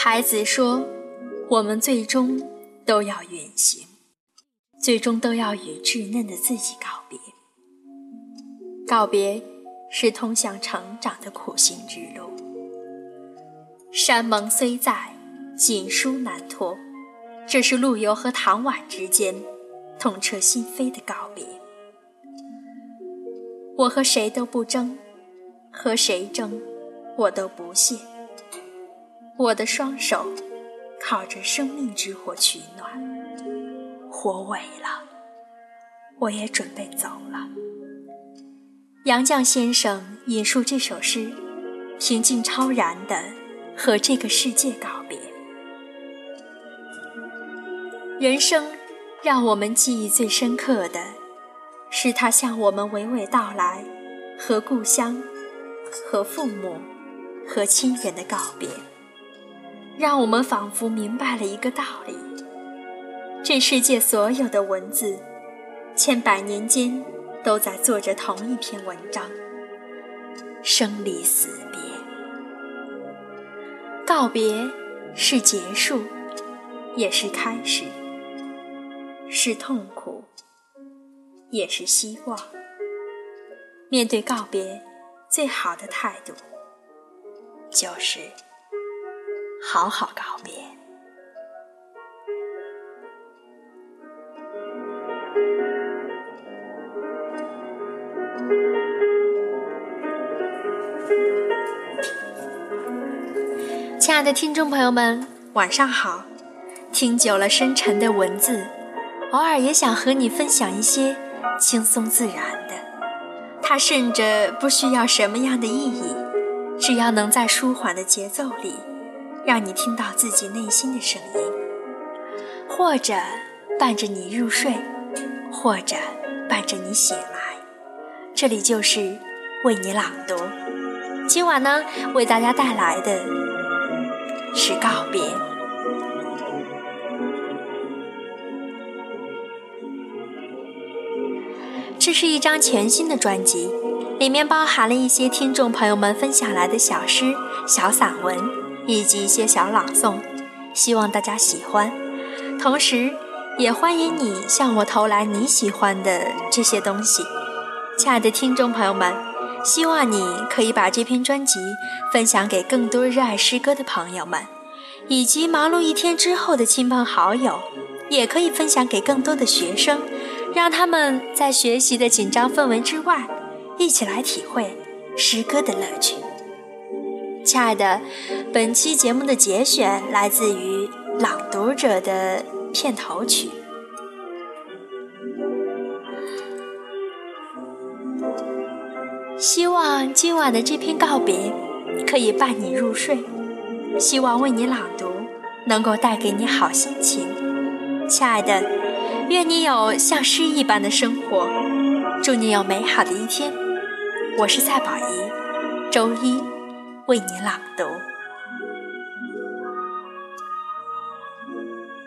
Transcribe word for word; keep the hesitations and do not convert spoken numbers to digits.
孩子说，我们最终都要远行，最终都要与稚嫩的自己告别。告别是通向成长的苦行之路。山盟虽在，锦书难托，这是陆游和唐婉之间痛彻心扉的告别。我和谁都不争，和谁争我都不屑。我的双手靠着生命之火取暖，火萎了，我也准备走了。杨绛先生引述这首诗，平静超然地和这个世界告别。人生让我们记忆最深刻的是他向我们娓娓道来和故乡、和父母、和亲人的告别，让我们仿佛明白了一个道理：这世界所有的文字，千百年间都在做着同一篇文章，生离死别。告别是结束，也是开始，是痛苦，也是希望。面对告别，最好的态度就是好好告别。亲爱的听众朋友们，晚上好。听久了深沉的文字，偶尔也想和你分享一些轻松自然的，它甚至不需要什么样的意义，只要能在舒缓的节奏里让你听到自己内心的声音，或者伴着你入睡，或者伴着你醒来。这里就是为你朗读。今晚呢，为大家带来的是告别。这是一张全新的专辑，里面包含了一些听众朋友们分享来的小诗、小散文以及一些小朗诵，希望大家喜欢。同时也欢迎你向我投来你喜欢的这些东西。亲爱的听众朋友们，希望你可以把这篇专辑分享给更多热爱诗歌的朋友们，以及忙碌一天之后的亲朋好友，也可以分享给更多的学生，让他们在学习的紧张氛围之外，一起来体会诗歌的乐趣。亲爱的，本期节目的节选来自于《朗读者》的片头曲。希望今晚的这篇告别可以伴你入睡，希望为你朗读能够带给你好心情。亲爱的，愿你有像诗一般的生活，祝你有美好的一天。我是蔡宝仪，周一为你朗读。